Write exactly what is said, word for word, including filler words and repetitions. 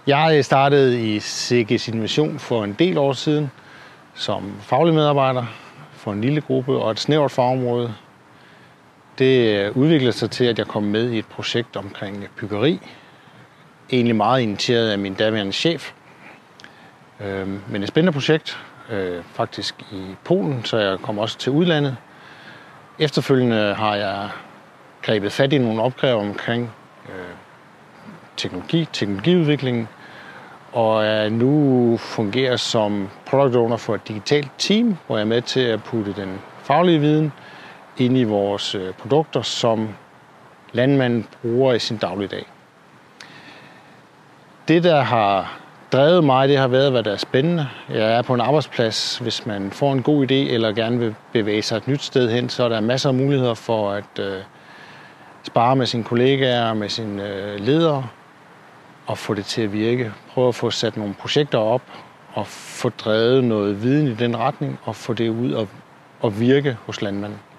Jeg startede i C G's Innovation for en del år siden som faglig medarbejder for en lille gruppe og et snævert fagområde. Det udviklede sig til, at jeg kom med i et projekt omkring byggeri. Egentlig meget initieret af min daværende chef. Men et spændende projekt, faktisk i Polen, så jeg kom også til udlandet. Efterfølgende har jeg grebet fat i nogle opgaver omkring teknologi, teknologiudviklingen, og jeg nu fungerer som product owner for et digitalt team, hvor jeg er med til at putte den faglige viden ind i vores produkter, som landmanden bruger i sin dagligdag. Det, der har drevet mig, det har været, hvad der er spændende. Jeg er på en arbejdsplads. Hvis man får en god idé eller gerne vil bevæge sig et nyt sted hen, så er der masser af muligheder for at øh, spare med sine kollegaer, med sine øh, ledere og få det til at virke. Prøve at få sat nogle projekter op og få drevet noget viden i den retning og få det ud og, og virke hos landmanden.